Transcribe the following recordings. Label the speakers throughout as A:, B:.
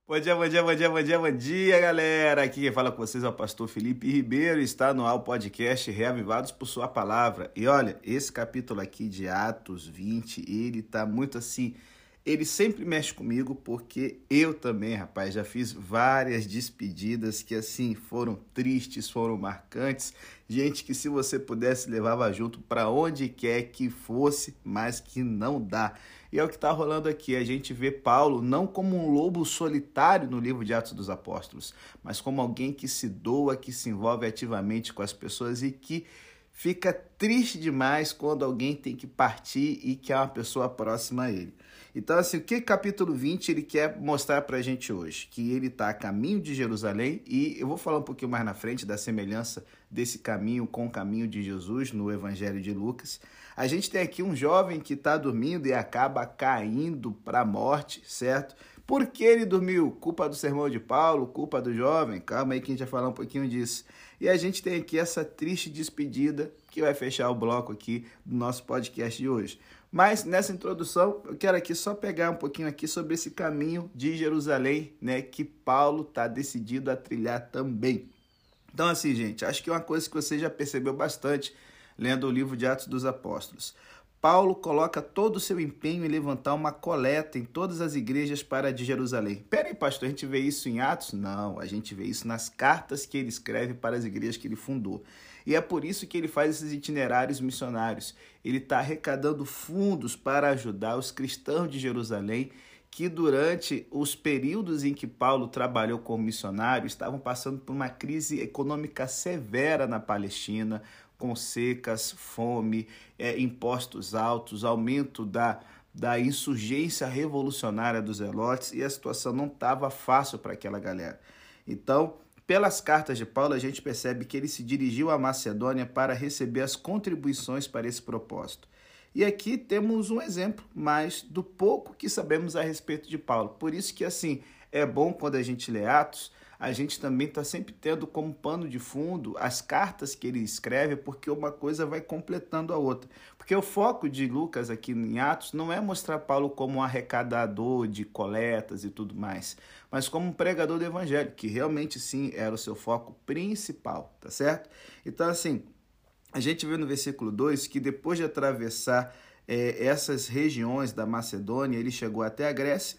A: Bom dia, bom dia, bom dia, bom dia, bom dia, galera! Aqui quem fala com vocês é o pastor Felipe Ribeiro, está no ar o podcast Reavivados por Sua Palavra. E olha, esse capítulo aqui de Atos 20, ele tá muito assim, ele sempre mexe comigo, porque eu também, rapaz, já fiz várias despedidas que assim, foram tristes, foram marcantes. Gente que se você pudesse levava junto para onde quer que fosse, mas que não dá. E é o que está rolando aqui. A gente vê Paulo não como um lobo solitário no livro de Atos dos Apóstolos, mas como alguém que se doa, que se envolve ativamente com as pessoas e que fica triste demais quando alguém tem que partir e que é uma pessoa próxima a ele. Então, assim, o que o capítulo 20 ele quer mostrar para a gente hoje? Que ele está a caminho de Jerusalém, e eu vou falar um pouquinho mais na frente da semelhança desse caminho com o caminho de Jesus no Evangelho de Lucas. A gente tem aqui um jovem que está dormindo e acaba caindo para a morte, certo? Por que ele dormiu? Culpa do sermão de Paulo, culpa do jovem? Calma aí que a gente vai falar um pouquinho disso. E a gente tem aqui essa triste despedida que vai fechar o bloco aqui do nosso podcast de hoje. Mas nessa introdução, eu quero aqui só pegar um pouquinho aqui sobre esse caminho de Jerusalém, né, que Paulo está decidido a trilhar também. Então assim, gente, acho que é uma coisa que você já percebeu bastante lendo o livro de Atos dos Apóstolos. Paulo coloca todo o seu empenho em levantar uma coleta em todas as igrejas para de Jerusalém. Peraí, pastor, a gente vê isso em Atos? Não, a gente vê isso nas cartas que ele escreve para as igrejas que ele fundou. E é por isso que ele faz esses itinerários missionários. Ele está arrecadando fundos para ajudar os cristãos de Jerusalém que durante os períodos em que Paulo trabalhou como missionário estavam passando por uma crise econômica severa na Palestina, com secas, fome, impostos altos, aumento da insurgência revolucionária dos zelotes, e a situação não estava fácil para aquela galera. Então, pelas cartas de Paulo, a gente percebe que ele se dirigiu à Macedônia para receber as contribuições para esse propósito. E aqui temos um exemplo mais do pouco que sabemos a respeito de Paulo. Por isso que, assim, é bom quando a gente lê Atos, a gente também está sempre tendo como pano de fundo as cartas que ele escreve, porque uma coisa vai completando a outra. Porque o foco de Lucas aqui em Atos não é mostrar Paulo como um arrecadador de coletas e tudo mais, mas como um pregador do evangelho, que realmente sim era o seu foco principal, tá certo? Então assim, a gente vê no versículo 2 que depois de atravessar essas regiões da Macedônia, ele chegou até a Grécia.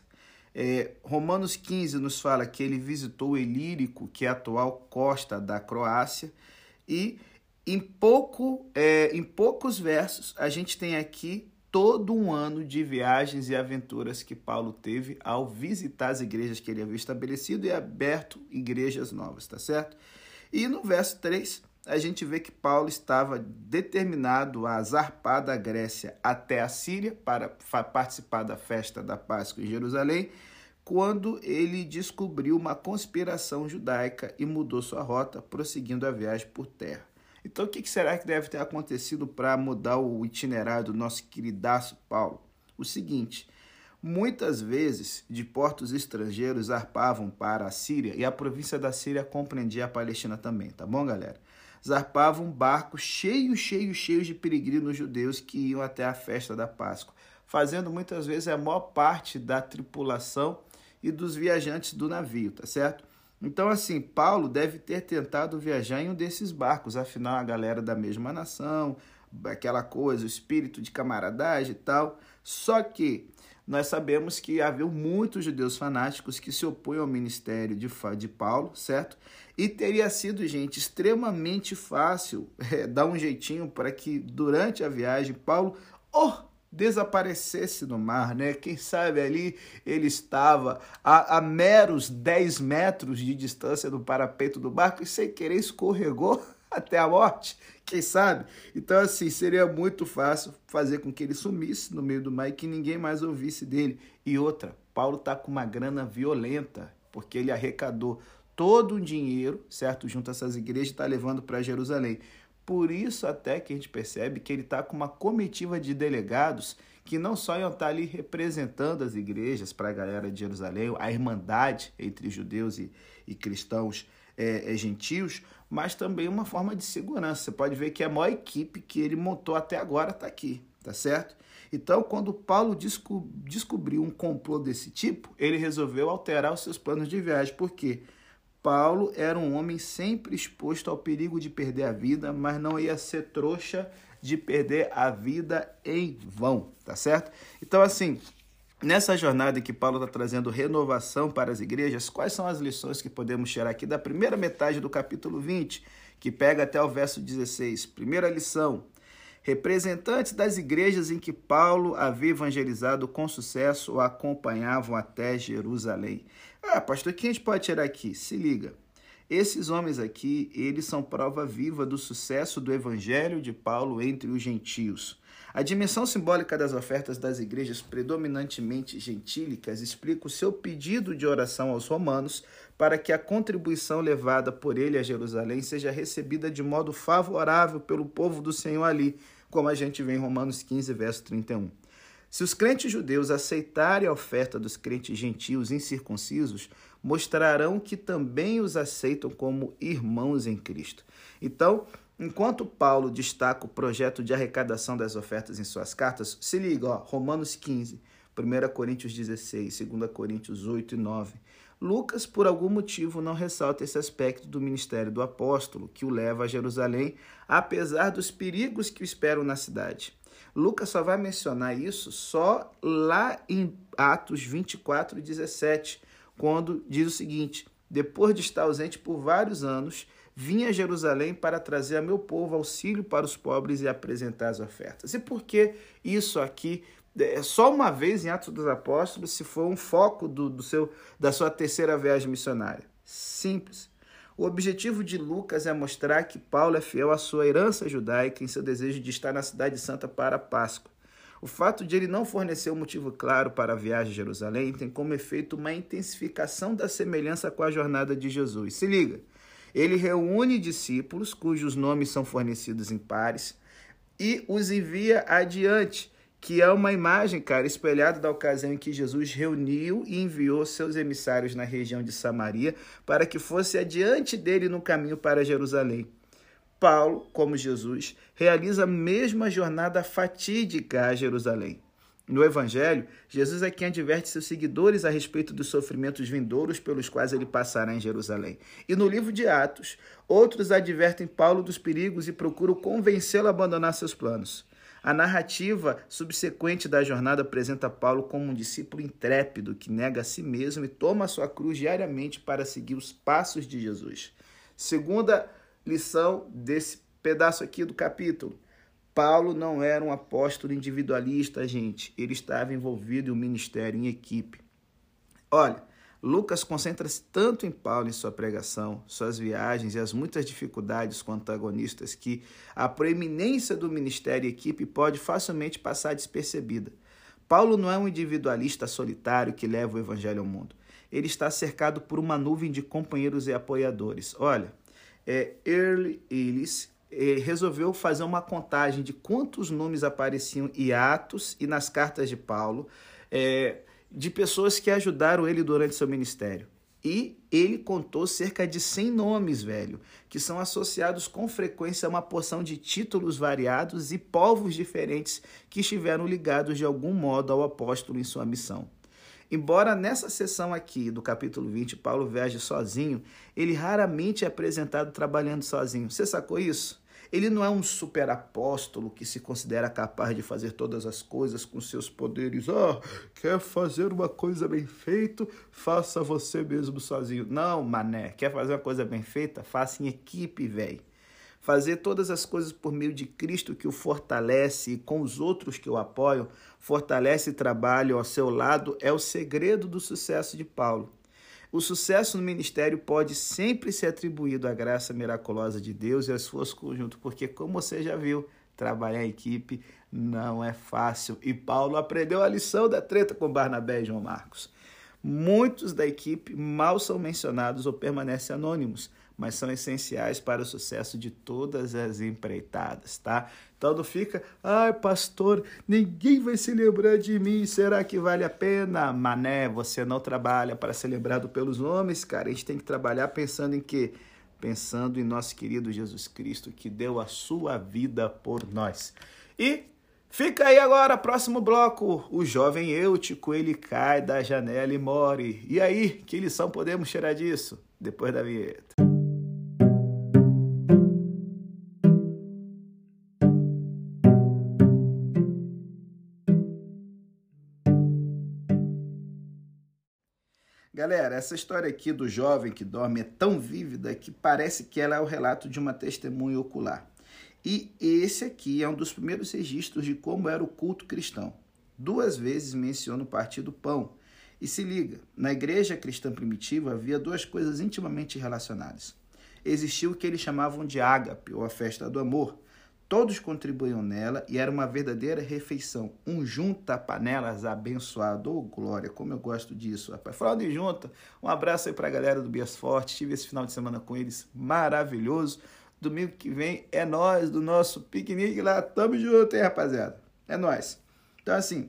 A: Romanos 15 nos fala que ele visitou o Ilírico, que é a atual costa da Croácia, e em poucos versos a gente tem aqui todo um ano de viagens e aventuras que Paulo teve ao visitar as igrejas que ele havia estabelecido e aberto igrejas novas, tá certo? E no verso 3, a gente vê que Paulo estava determinado a zarpar da Grécia até a Síria para participar da festa da Páscoa em Jerusalém, quando ele descobriu uma conspiração judaica e mudou sua rota, prosseguindo a viagem por terra. Então, o que será que deve ter acontecido para mudar o itinerário do nosso queridaço Paulo? O seguinte: muitas vezes, de portos estrangeiros zarpavam para a Síria, e a província da Síria compreendia a Palestina também, tá bom, galera? Zarpavam barcos cheios de peregrinos judeus que iam até a festa da Páscoa, fazendo muitas vezes a maior parte da tripulação e dos viajantes do navio, tá certo? Então, assim, Paulo deve ter tentado viajar em um desses barcos, afinal a galera da mesma nação, aquela coisa, o espírito de camaradagem e tal. Só que nós sabemos que havia muitos judeus fanáticos que se opõem ao ministério de Paulo, certo? E teria sido, gente, extremamente fácil dar um jeitinho para que durante a viagem Paulo desaparecesse no mar, né? Quem sabe ali ele estava a meros 10 metros de distância do parapeito do barco e sem querer escorregou até a morte, quem sabe? Então, assim, seria muito fácil fazer com que ele sumisse no meio do mar e que ninguém mais ouvisse dele. E outra, Paulo está com uma grana violenta, porque ele arrecadou todo o dinheiro, certo? Junto a essas igrejas, está levando para Jerusalém. Por isso até que a gente percebe que ele está com uma comitiva de delegados que não só iam estar ali representando as igrejas para a galera de Jerusalém, a irmandade entre judeus e cristãos gentios, mas também uma forma de segurança. Você pode ver que a maior equipe que ele montou até agora está aqui, tá certo? Então, quando Paulo descobriu um complô desse tipo, ele resolveu alterar os seus planos de viagem. Por quê? Paulo era um homem sempre exposto ao perigo de perder a vida, mas não ia ser trouxa de perder a vida em vão, tá certo? Então, assim, nessa jornada em que Paulo está trazendo renovação para as igrejas, quais são as lições que podemos tirar aqui da primeira metade do capítulo 20, que pega até o verso 16? Primeira lição: representantes das igrejas em que Paulo havia evangelizado com sucesso o acompanhavam até Jerusalém. Pastor, o que a gente pode tirar aqui? Se liga. Esses homens aqui, eles são prova viva do sucesso do evangelho de Paulo entre os gentios. A dimensão simbólica das ofertas das igrejas predominantemente gentílicas explica o seu pedido de oração aos romanos para que a contribuição levada por ele a Jerusalém seja recebida de modo favorável pelo povo do Senhor ali, como a gente vê em Romanos 15, verso 31. Se os crentes judeus aceitarem a oferta dos crentes gentios incircuncisos, mostrarão que também os aceitam como irmãos em Cristo. Então, enquanto Paulo destaca o projeto de arrecadação das ofertas em suas cartas, se liga, Romanos 15, 1 Coríntios 16, 2 Coríntios 8 e 9. Lucas, por algum motivo, não ressalta esse aspecto do ministério do apóstolo, que o leva a Jerusalém, apesar dos perigos que o esperam na cidade. Lucas só vai mencionar isso só lá em Atos 24 e 17, quando diz o seguinte: depois de estar ausente por vários anos, vim a Jerusalém para trazer a meu povo auxílio para os pobres e apresentar as ofertas. E por que isso aqui? Só uma vez em Atos dos Apóstolos, se for um foco da sua terceira viagem missionária. Simples. O objetivo de Lucas é mostrar que Paulo é fiel à sua herança judaica em seu desejo de estar na Cidade Santa para a Páscoa. O fato de ele não fornecer um motivo claro para a viagem a Jerusalém tem como efeito uma intensificação da semelhança com a jornada de Jesus. Se liga, ele reúne discípulos cujos nomes são fornecidos em pares e os envia adiante, que é uma imagem, espelhada da ocasião em que Jesus reuniu e enviou seus emissários na região de Samaria para que fosse adiante dele no caminho para Jerusalém. Paulo, como Jesus, realiza a mesma jornada fatídica a Jerusalém. No Evangelho, Jesus é quem adverte seus seguidores a respeito dos sofrimentos vindouros pelos quais ele passará em Jerusalém. E no livro de Atos, outros advertem Paulo dos perigos e procuram convencê-lo a abandonar seus planos. A narrativa subsequente da jornada apresenta Paulo como um discípulo intrépido que nega a si mesmo e toma a sua cruz diariamente para seguir os passos de Jesus. Segunda lição desse pedaço aqui do capítulo: Paulo não era um apóstolo individualista, gente. Ele estava envolvido em um ministério em equipe. Olha, Lucas concentra-se tanto em Paulo, em sua pregação, suas viagens e as muitas dificuldades com antagonistas que a proeminência do ministério e equipe pode facilmente passar despercebida. Paulo não é um individualista solitário que leva o evangelho ao mundo. Ele está cercado por uma nuvem de companheiros e apoiadores. Olha, Earl Ellis resolveu fazer uma contagem de quantos nomes apareciam em Atos e nas cartas de Paulo, de pessoas que ajudaram ele durante seu ministério. E ele contou cerca de 100 nomes, que são associados com frequência a uma porção de títulos variados e povos diferentes que estiveram ligados de algum modo ao apóstolo em sua missão. Embora nessa seção aqui do capítulo 20 Paulo viaje sozinho, ele raramente é apresentado trabalhando sozinho. Você sacou isso? Ele não é um super apóstolo que se considera capaz de fazer todas as coisas com seus poderes. Quer fazer uma coisa bem feita? Faça você mesmo sozinho. Não, mané. Quer fazer uma coisa bem feita? Faça em equipe, velho. Fazer todas as coisas por meio de Cristo que o fortalece e com os outros que o apoiam, fortalece e trabalha ao seu lado, é o segredo do sucesso de Paulo. O sucesso no ministério pode sempre ser atribuído à graça miraculosa de Deus e ao esforço conjunto, porque, como você já viu, trabalhar em equipe não é fácil. E Paulo aprendeu a lição da treta com Barnabé e João Marcos. Muitos da equipe mal são mencionados ou permanecem anônimos, mas são essenciais para o sucesso de todas as empreitadas, tá? Então não fica, pastor, ninguém vai se lembrar de mim, será que vale a pena? Mané, você não trabalha para ser lembrado pelos homens, cara. A gente tem que trabalhar pensando em quê? Pensando em nosso querido Jesus Cristo, que deu a sua vida por nós. E Fica aí agora, próximo bloco. O jovem Eutico, ele cai da janela e morre. E aí, que lição podemos tirar disso? Depois da vinheta. Galera, essa história aqui do jovem que dorme é tão vívida que parece que ela é o relato de uma testemunha ocular. E esse aqui é um dos primeiros registros de como era o culto cristão. 2 vezes menciona o partir do pão. E se liga, na igreja cristã primitiva havia 2 coisas intimamente relacionadas. Existia o que eles chamavam de ágape, ou a festa do amor. Todos contribuíam nela e era uma verdadeira refeição. Um junta-panelas abençoado. Oh, glória, como eu gosto disso, rapaz. Falando em junta, um abraço aí pra galera do Bias Forte. Estive esse final de semana com eles, maravilhoso. Domingo que vem é nós, do nosso piquenique lá. Tamo junto, hein, rapaziada? É nós. Então, assim,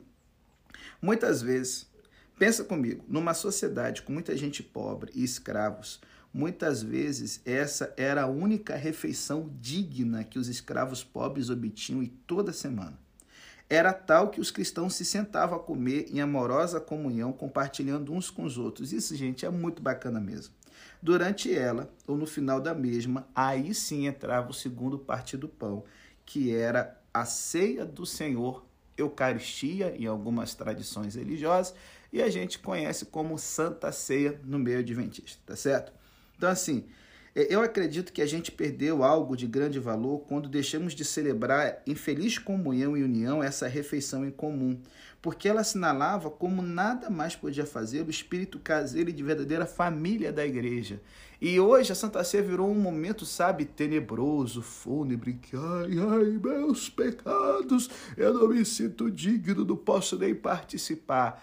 A: muitas vezes, pensa comigo, numa sociedade com muita gente pobre e escravos, muitas vezes essa era a única refeição digna que os escravos pobres obtinham e toda semana. Era tal que os cristãos se sentavam a comer em amorosa comunhão, compartilhando uns com os outros. Isso, gente, é muito bacana mesmo. Durante ela, ou no final da mesma, aí sim entrava o segundo partir do pão, que era a ceia do Senhor, Eucaristia, em algumas tradições religiosas, e a gente conhece como Santa Ceia no meio adventista, tá certo? Então, assim, eu acredito que a gente perdeu algo de grande valor quando deixamos de celebrar em feliz comunhão e união essa refeição em comum, porque ela assinalava como nada mais podia fazer o espírito caseiro e de verdadeira família da igreja. E hoje a Santa Ceia virou um momento, sabe, tenebroso, fúnebre, que ai, meus pecados, eu não me sinto digno, não posso nem participar.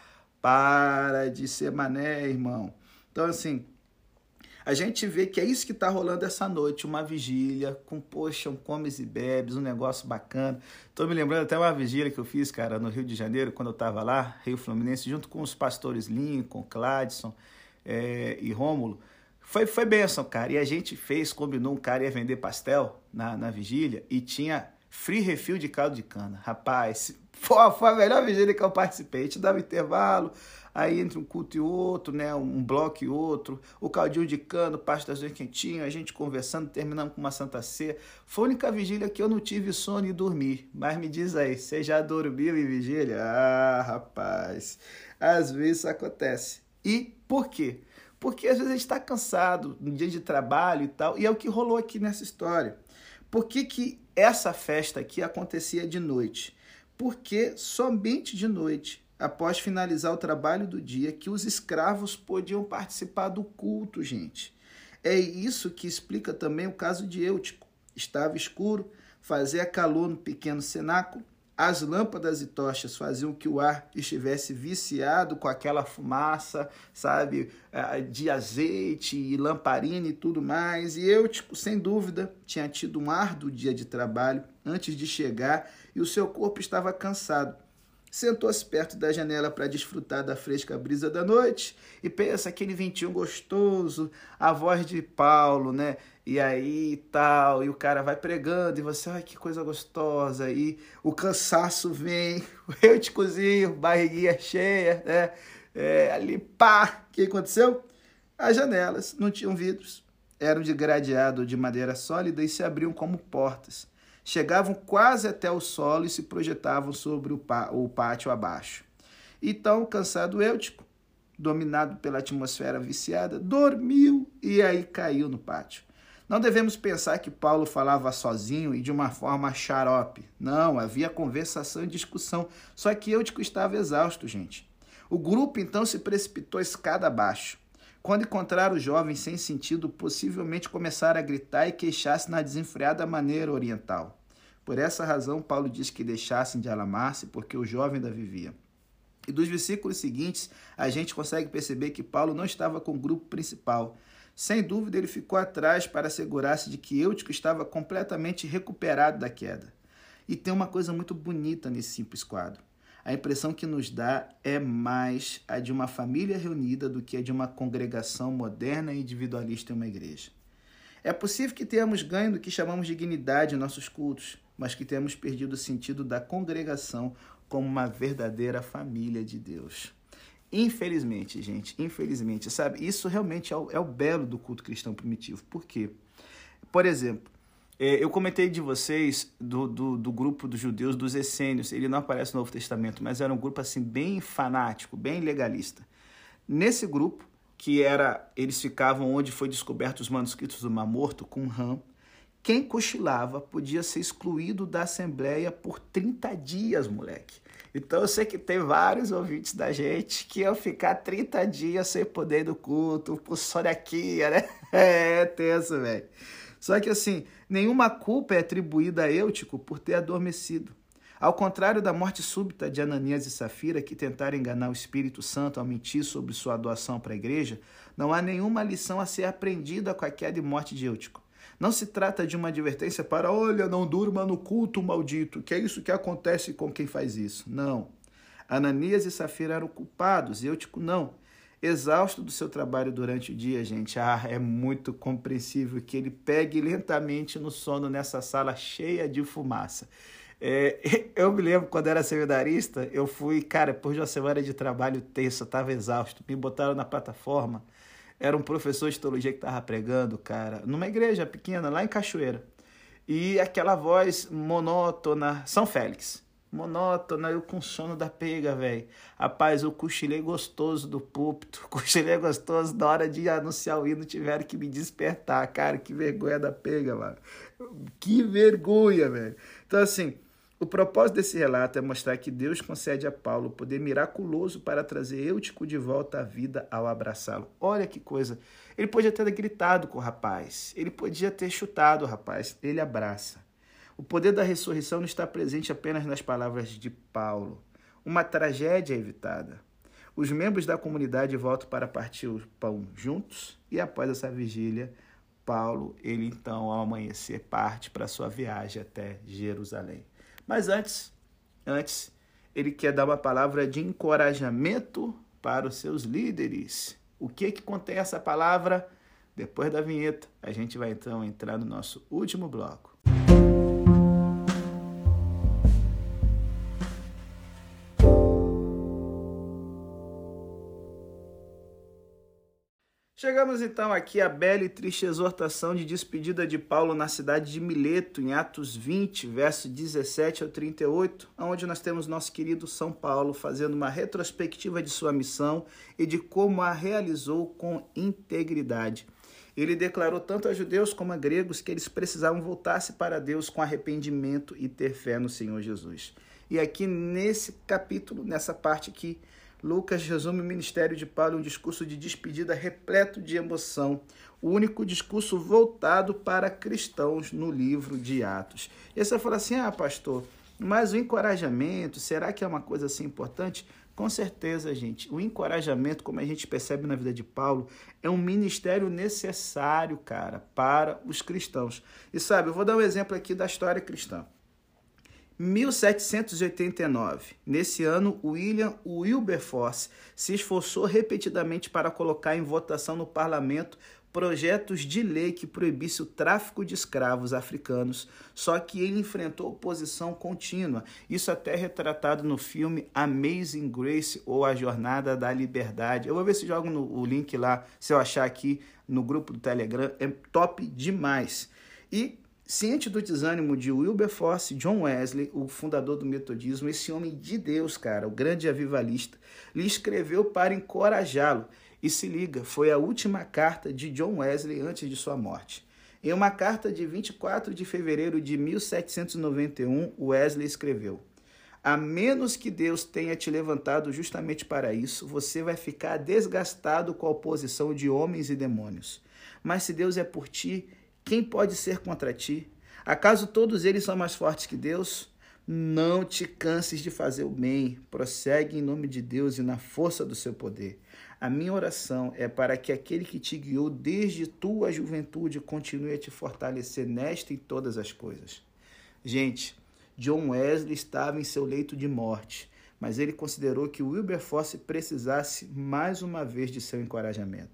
A: Para de ser mané, irmão. Então, assim, a gente vê que é isso que está rolando essa noite, uma vigília com, poxa, um comes e bebes, um negócio bacana. Estou me lembrando até uma vigília que eu fiz, cara, no Rio de Janeiro, quando eu estava lá, Rio Fluminense, junto com os pastores Lincoln, Cladson e Rômulo. Foi bênção, cara. E a gente combinou, um cara ia vender pastel na vigília e tinha free refill de caldo de cana. Rapaz, foi a melhor vigília que eu participei. A gente dava intervalo, aí entre um culto e outro, né, um bloco e outro, o caldinho de cana, o pastazinho quentinho, a gente conversando, terminando com uma Santa Ceia. Foi a única vigília que eu não tive sono e dormi. Mas me diz aí, você já dormiu em vigília? Ah, rapaz, às vezes isso acontece. E por quê? Porque às vezes a gente está cansado no dia de trabalho e tal, e é o que rolou aqui nessa história. Por que essa festa aqui acontecia de noite? Porque somente de noite, após finalizar o trabalho do dia, que os escravos podiam participar do culto, gente. É isso que explica também o caso de Eutico. Estava escuro, fazia calor no pequeno cenáculo, as lâmpadas e tochas faziam que o ar estivesse viciado com aquela fumaça, sabe, de azeite e lamparina e tudo mais. E Eutico, sem dúvida, tinha tido um árduo dia de trabalho antes de chegar e o seu corpo estava cansado. Sentou-se perto da janela para desfrutar da fresca brisa da noite e pensa aquele ventinho gostoso, a voz de Paulo, né? E aí tal, e o cara vai pregando e você, ai, que coisa gostosa, e o cansaço vem, eu te cozinho, barriguinha cheia, né? Ali, pá, o que aconteceu? As janelas não tinham vidros, eram de gradeado de madeira sólida e se abriam como portas. Chegavam quase até o solo e se projetavam sobre o pátio abaixo. Então, cansado Eutico, dominado pela atmosfera viciada, dormiu e aí caiu no pátio. Não devemos pensar que Paulo falava sozinho e de uma forma xarope. Não, havia conversação e discussão, só que Eutico estava exausto, gente. O grupo então se precipitou escada abaixo. Quando encontraram o jovem sem sentido, possivelmente começaram a gritar e queixar-se na desenfreada maneira oriental. Por essa razão, Paulo diz que deixassem de alarmar-se, porque o jovem ainda vivia. E dos versículos seguintes, a gente consegue perceber que Paulo não estava com o grupo principal. Sem dúvida, ele ficou atrás para assegurar-se de que Eutico estava completamente recuperado da queda. E tem uma coisa muito bonita nesse simples quadro. A impressão que nos dá é mais a de uma família reunida do que a de uma congregação moderna e individualista em uma igreja. É possível que tenhamos ganho do que chamamos de dignidade em nossos cultos, mas que tenhamos perdido o sentido da congregação como uma verdadeira família de Deus. Infelizmente, gente, infelizmente, sabe? Isso realmente é o belo do culto cristão primitivo. Por quê? Por exemplo, eu comentei de vocês do grupo dos judeus, dos essênios. Ele não aparece no Novo Testamento, mas era um grupo assim bem fanático, bem legalista. Nesse grupo, eles ficavam onde foi descoberto os manuscritos do Mar Morto, com Ram, quem cochilava podia ser excluído da Assembleia por 30 dias, moleque. Então eu sei que tem vários ouvintes da gente que iam ficar 30 dias sem poder ir no culto, por sonequinha, né? É tenso, velho. Só que assim, nenhuma culpa é atribuída a Eutico por ter adormecido. Ao contrário da morte súbita de Ananias e Safira, que tentaram enganar o Espírito Santo ao mentir sobre sua doação para a igreja, não há nenhuma lição a ser aprendida com a queda e morte de Eutico. Não se trata de uma advertência para, olha, não durma no culto, maldito, que é isso que acontece com quem faz isso. Não. Ananias e Safira eram culpados, Eutico não. Exausto do seu trabalho durante o dia, gente, é muito compreensível que ele pegue lentamente no sono nessa sala cheia de fumaça. Eu me lembro quando era seminarista, eu fui, cara, depois de uma semana de trabalho tenso, eu estava exausto, me botaram na plataforma, era um professor de teologia que estava pregando, cara, numa igreja pequena, lá em Cachoeira, e aquela voz monótona, São Félix, monótona, eu com sono da pega, velho. Rapaz, eu cochilei gostoso do púlpito, cochilei gostoso na hora de anunciar o hino, tiveram que me despertar, cara, que vergonha da pega, mano. Que vergonha, velho. Então, assim, o propósito desse relato é mostrar que Deus concede a Paulo o poder miraculoso para trazer Eutico de volta à vida ao abraçá-lo. Olha que coisa. Ele podia ter gritado com o rapaz, ele podia ter chutado o rapaz, ele abraça. O poder da ressurreição não está presente apenas nas palavras de Paulo. Uma tragédia é evitada. Os membros da comunidade voltam para partir o pão juntos e após essa vigília, Paulo, ele então ao amanhecer parte para sua viagem até Jerusalém. Mas antes, ele quer dar uma palavra de encorajamento para os seus líderes. O que contém essa palavra? Depois da vinheta, a gente vai então entrar no nosso último bloco. Chegamos então aqui à bela e triste exortação de despedida de Paulo na cidade de Mileto, em Atos 20, verso 17 ao 38, onde nós temos nosso querido São Paulo fazendo uma retrospectiva de sua missão e de como a realizou com integridade. Ele declarou tanto a judeus como a gregos que eles precisavam voltar-se para Deus com arrependimento e ter fé no Senhor Jesus. E aqui nesse capítulo, nessa parte aqui, Lucas resume o ministério de Paulo em um discurso de despedida repleto de emoção, o único discurso voltado para cristãos no livro de Atos. E aí você fala assim, pastor, mas o encorajamento, será que é uma coisa assim importante? Com certeza, gente. O encorajamento, como a gente percebe na vida de Paulo, é um ministério necessário, cara, para os cristãos. E sabe, eu vou dar um exemplo aqui da história cristã. 1789. Nesse ano, William Wilberforce se esforçou repetidamente para colocar em votação no parlamento projetos de lei que proibisse o tráfico de escravos africanos, só que ele enfrentou oposição contínua. Isso até é retratado no filme Amazing Grace, ou A Jornada da Liberdade. Eu vou ver se jogo o link lá, se eu achar aqui no grupo do Telegram. É top demais. E ciente do desânimo de Wilberforce, John Wesley, o fundador do metodismo, esse homem de Deus, cara, o grande avivalista, lhe escreveu para encorajá-lo. E se liga, foi a última carta de John Wesley antes de sua morte. Em uma carta de 24 de fevereiro de 1791, Wesley escreveu: a menos que Deus tenha te levantado justamente para isso, você vai ficar desgastado com a oposição de homens e demônios. Mas se Deus é por ti, quem pode ser contra ti? Acaso todos eles são mais fortes que Deus? Não te canses de fazer o bem. Prossegue em nome de Deus e na força do seu poder. A minha oração é para que aquele que te guiou desde tua juventude continue a te fortalecer nesta e todas as coisas. Gente, John Wesley estava em seu leito de morte, mas ele considerou que Wilberforce precisasse mais uma vez de seu encorajamento.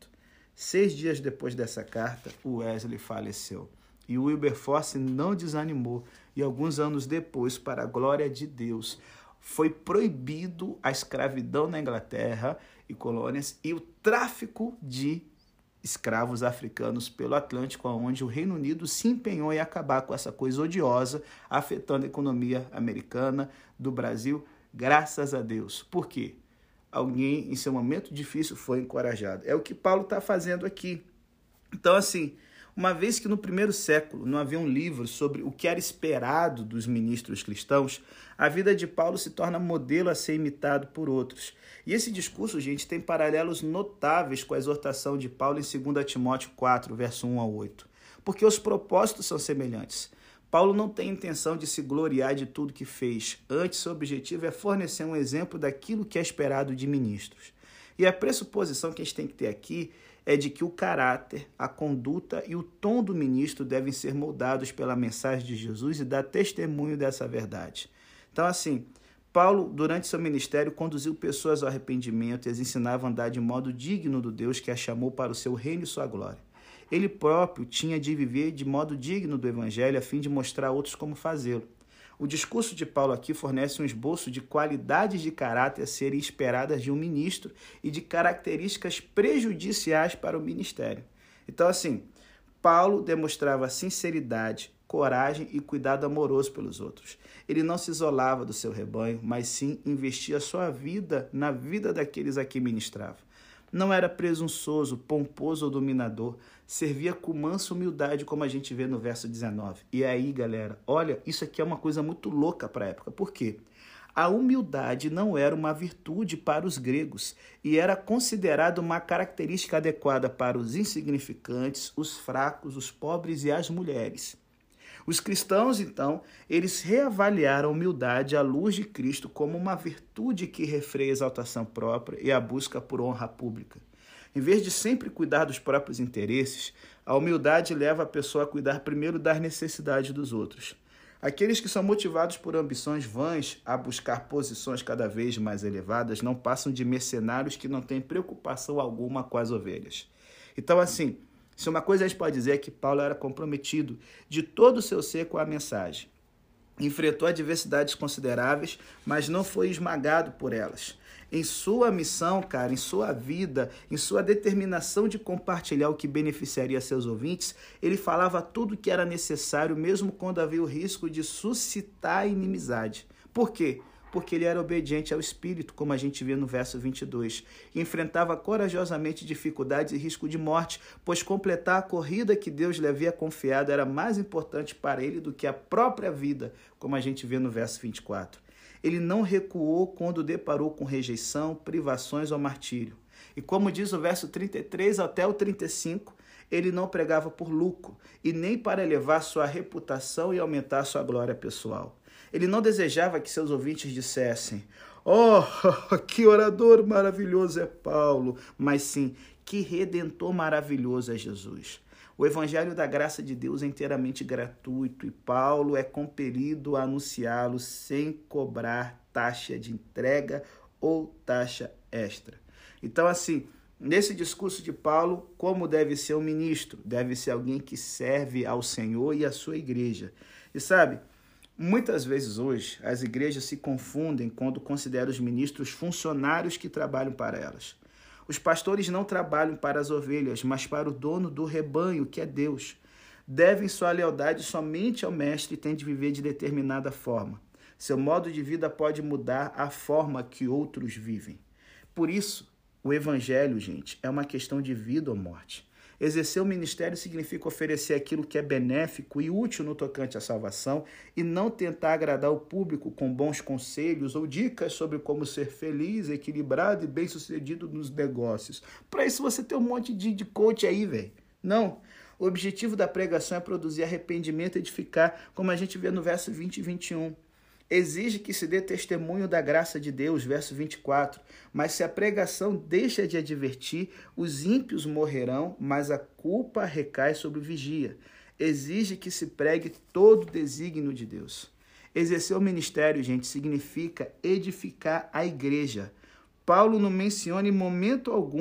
A: 6 dias depois dessa carta, o Wesley faleceu. E o Wilberforce não desanimou. E alguns anos depois, para a glória de Deus, foi proibido a escravidão na Inglaterra e colônias e o tráfico de escravos africanos pelo Atlântico, onde o Reino Unido se empenhou em acabar com essa coisa odiosa, afetando a economia americana, do Brasil, graças a Deus. Por quê? Alguém, em seu momento difícil, foi encorajado. É o que Paulo está fazendo aqui. Então, assim, uma vez que no primeiro século não havia um livro sobre o que era esperado dos ministros cristãos, a vida de Paulo se torna modelo a ser imitado por outros. E esse discurso, gente, tem paralelos notáveis com a exortação de Paulo em 2 Timóteo 4, verso 1 ao 8. Porque os propósitos são semelhantes. Paulo não tem intenção de se gloriar de tudo que fez. Antes, seu objetivo é fornecer um exemplo daquilo que é esperado de ministros. E a pressuposição que a gente tem que ter aqui é de que o caráter, a conduta e o tom do ministro devem ser moldados pela mensagem de Jesus e dar testemunho dessa verdade. Então, assim, Paulo, durante seu ministério, conduziu pessoas ao arrependimento e as ensinava a andar de modo digno do Deus que a chamou para o seu reino e sua glória. Ele próprio tinha de viver de modo digno do Evangelho a fim de mostrar a outros como fazê-lo. O discurso de Paulo aqui fornece um esboço de qualidades de caráter a serem esperadas de um ministro e de características prejudiciais para o ministério. Então, assim, Paulo demonstrava sinceridade, coragem e cuidado amoroso pelos outros. Ele não se isolava do seu rebanho, mas sim investia sua vida na vida daqueles a quem ministrava. Não era presunçoso, pomposo ou dominador, servia com mansa humildade, como a gente vê no verso 19. E aí, galera, olha, isso aqui é uma coisa muito louca para a época. Por quê? A humildade não era uma virtude para os gregos e era considerada uma característica adequada para os insignificantes, os fracos, os pobres e as mulheres. Os cristãos, então, eles reavaliaram a humildade à luz de Cristo como uma virtude que refreia a exaltação própria e a busca por honra pública. Em vez de sempre cuidar dos próprios interesses, a humildade leva a pessoa a cuidar primeiro das necessidades dos outros. Aqueles que são motivados por ambições vãs a buscar posições cada vez mais elevadas não passam de mercenários que não têm preocupação alguma com as ovelhas. Então, assim, se uma coisa a gente pode dizer é que Paulo era comprometido de todo o seu ser com a mensagem. Enfrentou adversidades consideráveis, mas não foi esmagado por elas. Em sua missão, cara, em sua vida, em sua determinação de compartilhar o que beneficiaria seus ouvintes, ele falava tudo o que era necessário, mesmo quando havia o risco de suscitar inimizade. Por quê? Porque ele era obediente ao Espírito, como a gente vê no verso 22, e enfrentava corajosamente dificuldades e risco de morte, pois completar a corrida que Deus lhe havia confiado era mais importante para ele do que a própria vida, como a gente vê no verso 24. Ele não recuou quando deparou com rejeição, privações ou martírio. E como diz o verso 33 até o 35, ele não pregava por lucro e nem para elevar sua reputação e aumentar sua glória pessoal. Ele não desejava que seus ouvintes dissessem: "Oh, que orador maravilhoso é Paulo", mas sim: "Que redentor maravilhoso é Jesus". O evangelho da graça de Deus é inteiramente gratuito e Paulo é compelido a anunciá-lo sem cobrar taxa de entrega ou taxa extra. Então, assim, nesse discurso de Paulo, como deve ser um ministro? Deve ser alguém que serve ao Senhor e à sua igreja. E sabe, muitas vezes hoje as igrejas se confundem quando consideram os ministros funcionários que trabalham para elas. Os pastores não trabalham para as ovelhas, mas para o dono do rebanho, que é Deus. Devem sua lealdade somente ao mestre e têm de viver de determinada forma. Seu modo de vida pode mudar a forma que outros vivem. Por isso, o evangelho, gente, é uma questão de vida ou morte. Exercer o ministério significa oferecer aquilo que é benéfico e útil no tocante à salvação e não tentar agradar o público com bons conselhos ou dicas sobre como ser feliz, equilibrado e bem-sucedido nos negócios. Para isso você tem um monte de coach aí, velho. Não. O objetivo da pregação é produzir arrependimento e edificar, como a gente vê no verso 20 e 21. Exige que se dê testemunho da graça de Deus, verso 24. Mas se a pregação deixa de advertir, os ímpios morrerão, mas a culpa recai sobre o vigia. Exige que se pregue todo o desígnio de Deus. Exercer o ministério, gente, significa edificar a igreja. Paulo não menciona em momento algum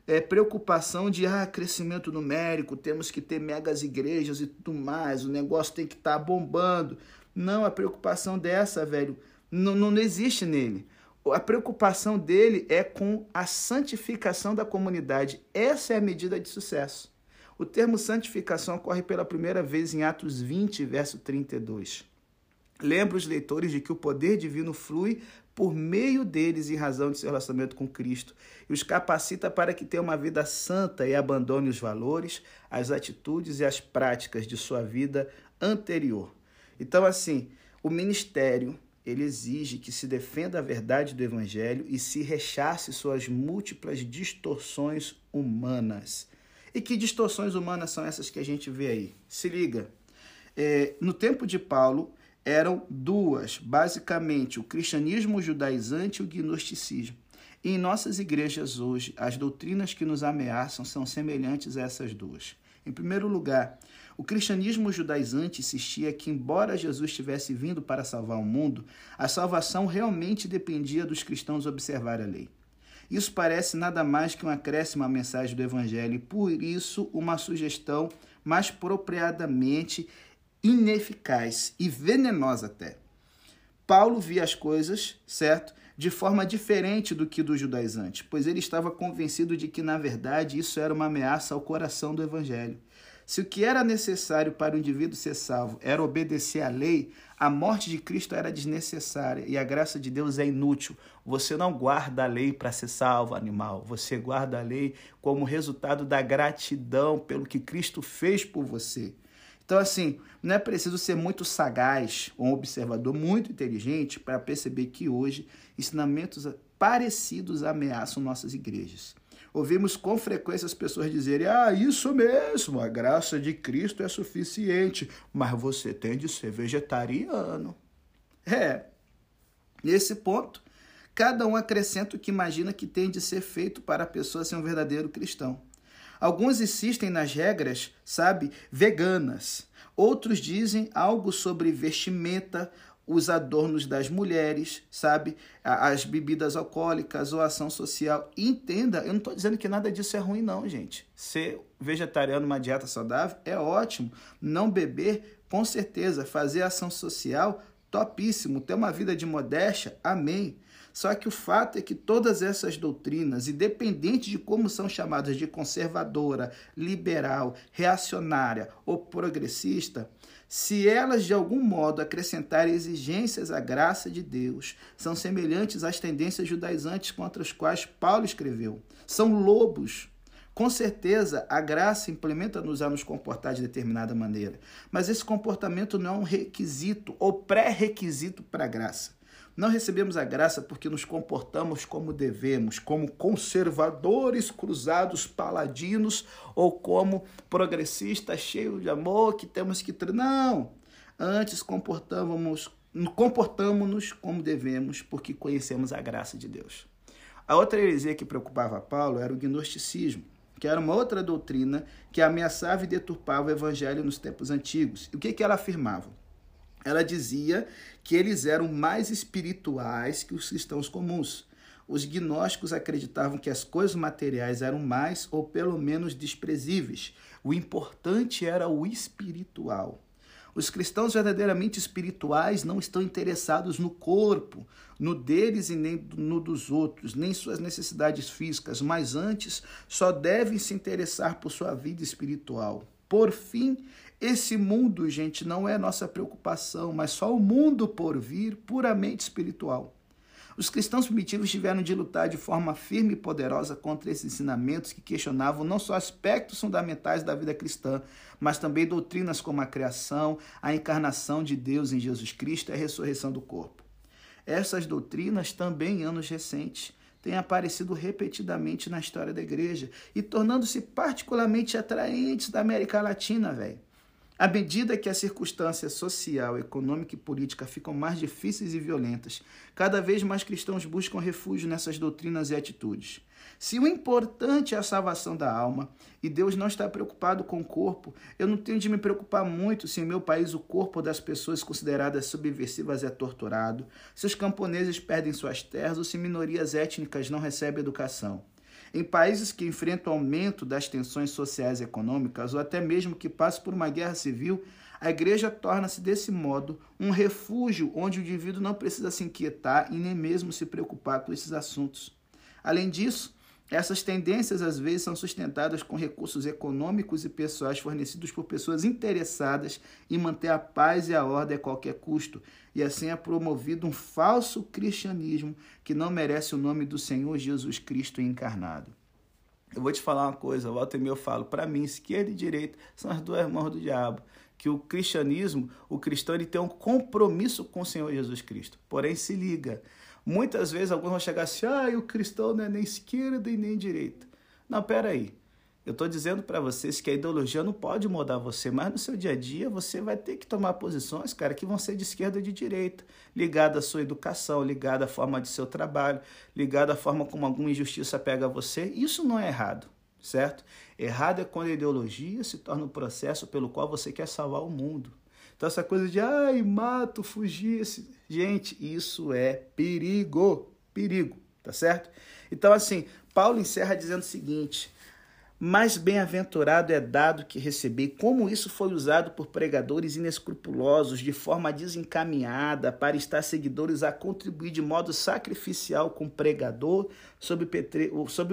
A: preocupação de crescimento numérico, temos que ter megas igrejas e tudo mais, o negócio tem que estar bombando. Não, a preocupação dessa, velho, não existe nele. A preocupação dele é com a santificação da comunidade. Essa é a medida de sucesso. O termo santificação ocorre pela primeira vez em Atos 20, verso 32. Lembra os leitores de que o poder divino flui por meio deles em razão de seu relacionamento com Cristo e os capacita para que tenham uma vida santa e abandone os valores, as atitudes e as práticas de sua vida anterior. Então, assim, o ministério, ele exige que se defenda a verdade do Evangelho e se rechace suas múltiplas distorções humanas. E que distorções humanas são essas que a gente vê aí? Se liga, no tempo de Paulo, eram duas, basicamente, o cristianismo judaizante e o gnosticismo. E em nossas igrejas hoje, as doutrinas que nos ameaçam são semelhantes a essas duas. Em primeiro lugar, o cristianismo judaizante insistia que, embora Jesus tivesse vindo para salvar o mundo, a salvação realmente dependia dos cristãos observarem a lei. Isso parece nada mais que um acréscimo à mensagem do Evangelho e, por isso, uma sugestão mais apropriadamente ineficaz e venenosa até. Paulo via as coisas, certo, de forma diferente do que do judaizante, pois ele estava convencido de que, na verdade, isso era uma ameaça ao coração do Evangelho. Se o que era necessário para o indivíduo ser salvo era obedecer à lei, a morte de Cristo era desnecessária e a graça de Deus é inútil. Você não guarda a lei para ser salvo, animal. Você guarda a lei como resultado da gratidão pelo que Cristo fez por você. Então, assim, não é preciso ser muito sagaz ou um observador muito inteligente para perceber que hoje ensinamentos parecidos ameaçam nossas igrejas. Ouvimos com frequência as pessoas dizerem, isso mesmo, a graça de Cristo é suficiente, mas você tem de ser vegetariano. Nesse ponto, cada um acrescenta o que imagina que tem de ser feito para a pessoa ser um verdadeiro cristão. Alguns insistem nas regras, veganas. Outros dizem algo sobre vestimenta, os adornos das mulheres, as bebidas alcoólicas ou ação social. Entenda, eu não estou dizendo que nada disso é ruim não, gente. Ser vegetariano, uma dieta saudável, é ótimo. Não beber, com certeza. Fazer ação social, topíssimo. Ter uma vida de modéstia, amém. Só que o fato é que todas essas doutrinas, independente de como são chamadas de conservadora, liberal, reacionária ou progressista, se elas de algum modo acrescentarem exigências à graça de Deus, são semelhantes às tendências judaizantes contra as quais Paulo escreveu. São lobos. Com certeza, a graça implementa-nos a nos comportar de determinada maneira, mas esse comportamento não é um requisito ou pré-requisito para a graça. Não recebemos a graça porque nos comportamos como devemos, como conservadores cruzados paladinos ou como progressistas cheios de amor que temos que... Não! Antes comportamos-nos como devemos porque conhecemos a graça de Deus. A outra heresia que preocupava Paulo era o gnosticismo, que era uma outra doutrina que ameaçava e deturpava o evangelho nos tempos antigos. E o que ela afirmava? Ela dizia que eles eram mais espirituais que os cristãos comuns. Os gnósticos acreditavam que as coisas materiais eram mais ou pelo menos desprezíveis. O importante era o espiritual. Os cristãos verdadeiramente espirituais não estão interessados no corpo, no deles e nem no dos outros, nem suas necessidades físicas, mas antes só devem se interessar por sua vida espiritual. Por fim, esse mundo, gente, não é nossa preocupação, mas só o mundo por vir, puramente espiritual. Os cristãos primitivos tiveram de lutar de forma firme e poderosa contra esses ensinamentos que questionavam não só aspectos fundamentais da vida cristã, mas também doutrinas como a criação, a encarnação de Deus em Jesus Cristo e a ressurreição do corpo. Essas doutrinas também em anos recentes têm aparecido repetidamente na história da igreja e tornando-se particularmente atraentes da América Latina, velho. À medida que a circunstância social, econômica e política ficam mais difíceis e violentas, cada vez mais cristãos buscam refúgio nessas doutrinas e atitudes. Se o importante é a salvação da alma e Deus não está preocupado com o corpo, eu não tenho de me preocupar muito se em meu país o corpo das pessoas consideradas subversivas é torturado, se os camponeses perdem suas terras ou se minorias étnicas não recebem educação. Em países que enfrentam aumento das tensões sociais e econômicas, ou até mesmo que passam por uma guerra civil, a igreja torna-se, desse modo, um refúgio onde o indivíduo não precisa se inquietar e nem mesmo se preocupar com esses assuntos. Além disso, essas tendências às vezes são sustentadas com recursos econômicos e pessoais fornecidos por pessoas interessadas em manter a paz e a ordem a qualquer custo, e assim é promovido um falso cristianismo que não merece o nome do Senhor Jesus Cristo encarnado. Eu vou te falar uma coisa, volta e meia eu falo, para mim, esquerda e direita são as duas mãos do diabo, que o cristianismo, o cristão, ele tem um compromisso com o Senhor Jesus Cristo. Porém, se liga, muitas vezes alguns vão chegar assim, o cristão não é nem esquerda e nem direita. Não, peraí. Eu estou dizendo para vocês que a ideologia não pode mudar você, mas no seu dia a dia você vai ter que tomar posições, cara, que vão ser de esquerda e de direita, ligada à sua educação, ligada à forma de seu trabalho, ligada à forma como alguma injustiça pega você. Isso não é errado, certo? Errado é quando a ideologia se torna um processo pelo qual você quer salvar o mundo. Então essa coisa de, mato, fugir, gente, isso é perigo, tá certo? Então assim, Paulo encerra dizendo o seguinte: mais bem-aventurado é dado que receber, como isso foi usado por pregadores inescrupulosos, de forma desencaminhada, para estar seguidores a contribuir de modo sacrificial com o pregador, sob o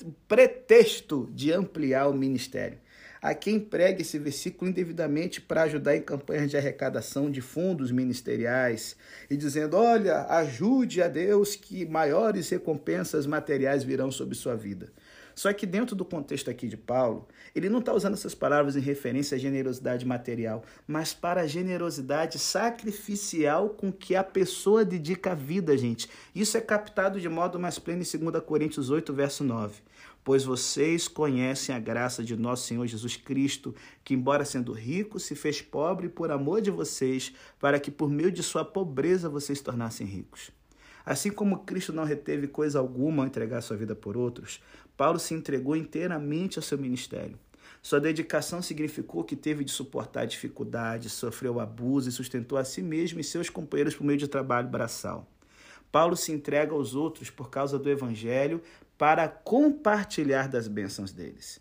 A: pretexto de ampliar o ministério. Há quem pregue esse versículo indevidamente para ajudar em campanhas de arrecadação de fundos ministeriais e dizendo, olha, ajude a Deus que maiores recompensas materiais virão sobre sua vida. Só que dentro do contexto aqui de Paulo, ele não está usando essas palavras em referência à generosidade material, mas para a generosidade sacrificial com que a pessoa dedica a vida, gente. Isso é captado de modo mais pleno em 2 Coríntios 8, verso 9. Pois vocês conhecem a graça de nosso Senhor Jesus Cristo, que embora sendo rico, se fez pobre por amor de vocês, para que por meio de sua pobreza vocês se tornassem ricos. Assim como Cristo não reteve coisa alguma ao entregar sua vida por outros, Paulo se entregou inteiramente ao seu ministério. Sua dedicação significou que teve de suportar dificuldades, sofreu abuso e sustentou a si mesmo e seus companheiros por meio de trabalho braçal. Paulo se entrega aos outros por causa do evangelho para compartilhar das bênçãos deles,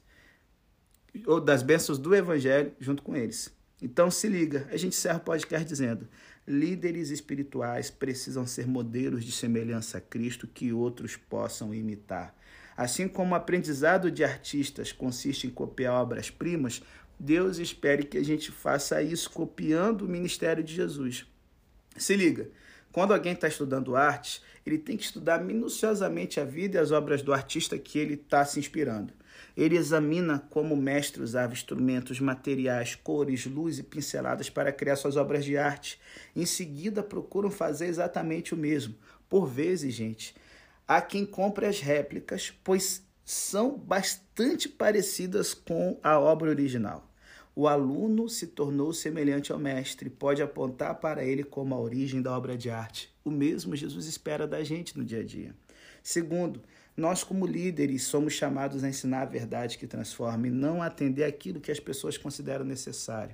A: ou das bênçãos do evangelho junto com eles. Então se liga, a gente encerra o podcast dizendo, líderes espirituais precisam ser modelos de semelhança a Cristo que outros possam imitar. Assim como o aprendizado de artistas consiste em copiar obras-primas, Deus espera que a gente faça isso copiando o ministério de Jesus. Se liga, quando alguém está estudando arte, ele tem que estudar minuciosamente a vida e as obras do artista que ele está se inspirando. Ele examina como o mestre usava instrumentos, materiais, cores, luz e pinceladas para criar suas obras de arte. Em seguida, procuram fazer exatamente o mesmo. Por vezes, gente, há quem compre as réplicas, pois são bastante parecidas com a obra original. O aluno se tornou semelhante ao mestre, pode apontar para ele como a origem da obra de arte. O mesmo Jesus espera da gente no dia a dia. Segundo, nós como líderes somos chamados a ensinar a verdade que transforma e não a atender aquilo que as pessoas consideram necessário.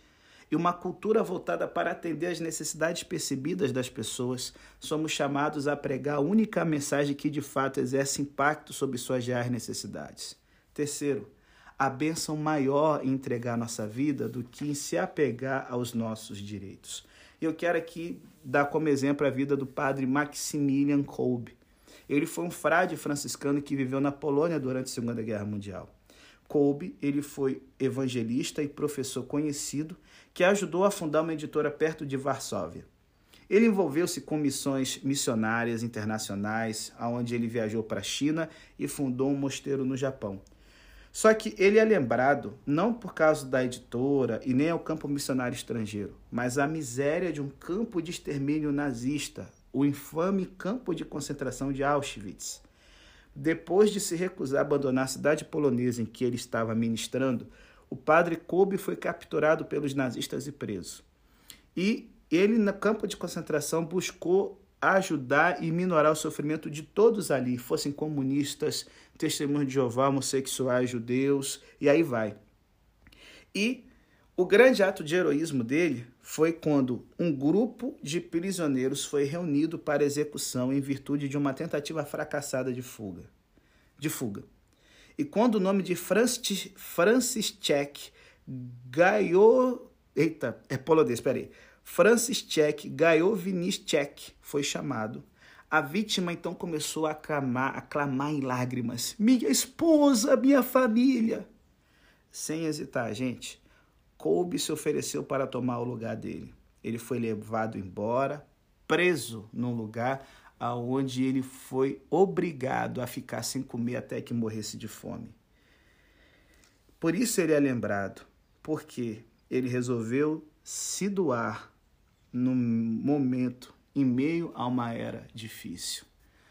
A: E uma cultura voltada para atender às necessidades percebidas das pessoas, somos chamados a pregar a única mensagem que de fato exerce impacto sobre suas reais necessidades. Terceiro, a bênção maior em entregar nossa vida do que em se apegar aos nossos direitos. Eu quero aqui dar como exemplo a vida do padre Maximilian Kolbe. Ele foi um frade franciscano que viveu na Polônia durante a Segunda Guerra Mundial. Kolbe, ele foi evangelista e professor conhecido que ajudou a fundar uma editora perto de Varsóvia. Ele envolveu-se com missões missionárias internacionais, onde ele viajou para a China e fundou um mosteiro no Japão. Só que ele é lembrado não por causa da editora e nem ao campo missionário estrangeiro, mas a miséria de um campo de extermínio nazista, o infame campo de concentração de Auschwitz. Depois de se recusar a abandonar a cidade polonesa em que ele estava ministrando, o padre Kolbe foi capturado pelos nazistas e preso. E ele, no campo de concentração, buscou ajudar e minorar o sofrimento de todos ali, fossem comunistas, testemunhos de Jeová, homossexuais, judeus, e aí vai. E o grande ato de heroísmo dele foi quando um grupo de prisioneiros foi reunido para execução em virtude de uma tentativa fracassada de fuga. E quando o nome de Franciszek Gajowniczek foi chamado, a vítima então começou a clamar em lágrimas: minha esposa, minha família. Sem hesitar, gente, Kolbe se ofereceu para tomar o lugar dele. Ele foi levado embora, preso num lugar onde ele foi obrigado a ficar sem comer até que morresse de fome. Por isso ele é lembrado, porque ele resolveu se doar num momento, em meio a uma era difícil.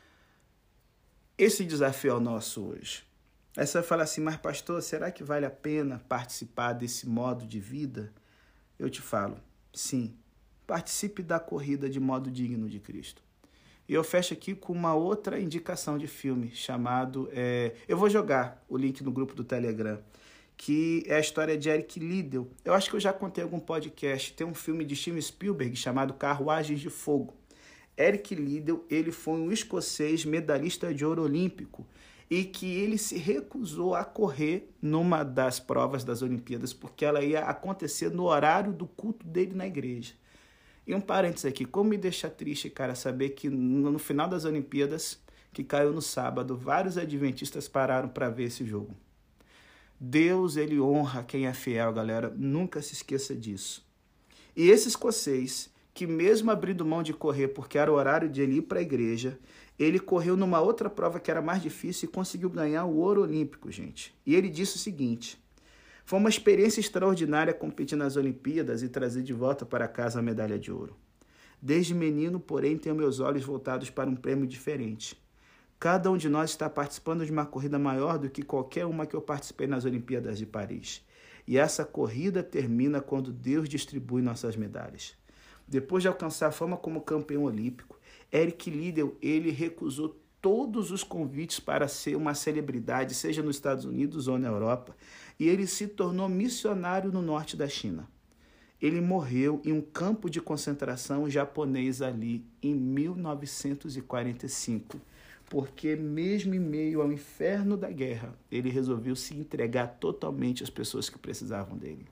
A: Esse desafio é o nosso hoje. Aí você vai falar assim: mas pastor, será que vale a pena participar desse modo de vida? Eu te falo, sim, participe da corrida de modo digno de Cristo. E eu fecho aqui com uma outra indicação de filme chamado... eu vou jogar o link no grupo do Telegram, que é a história de Eric Liddell. Eu acho que eu já contei em algum podcast. Tem um filme de Steven Spielberg chamado Carruagens de Fogo. Eric Liddell, ele foi um escocês medalhista de ouro olímpico e que ele se recusou a correr numa das provas das Olimpíadas porque ela ia acontecer no horário do culto dele na igreja. E um parênteses aqui, como me deixa triste, cara, saber que no final das Olimpíadas, que caiu no sábado, vários adventistas pararam para ver esse jogo. Deus, ele honra quem é fiel, galera, nunca se esqueça disso. E esse escocês, que mesmo abrindo mão de correr porque era o horário de ele ir para a igreja, ele correu numa outra prova que era mais difícil e conseguiu ganhar o ouro olímpico, gente. E ele disse o seguinte: foi uma experiência extraordinária competir nas Olimpíadas e trazer de volta para casa a medalha de ouro. Desde menino, porém, tenho meus olhos voltados para um prêmio diferente. Cada um de nós está participando de uma corrida maior do que qualquer uma que eu participei nas Olimpíadas de Paris. E essa corrida termina quando Deus distribui nossas medalhas. Depois de alcançar a fama como campeão olímpico, Eric Liddell, ele recusou todos os convites para ser uma celebridade, seja nos Estados Unidos ou na Europa, e ele se tornou missionário no norte da China. Ele morreu em um campo de concentração japonês ali em 1945, porque mesmo em meio ao inferno da guerra, ele resolveu se entregar totalmente às pessoas que precisavam dele.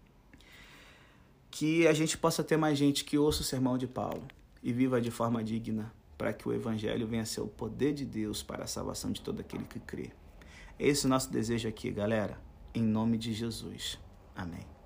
A: Que a gente possa ter mais gente que ouça o sermão de Paulo e viva de forma digna, para que o evangelho venha a ser o poder de Deus para a salvação de todo aquele que crê. Esse é o nosso desejo aqui, galera, em nome de Jesus. Amém.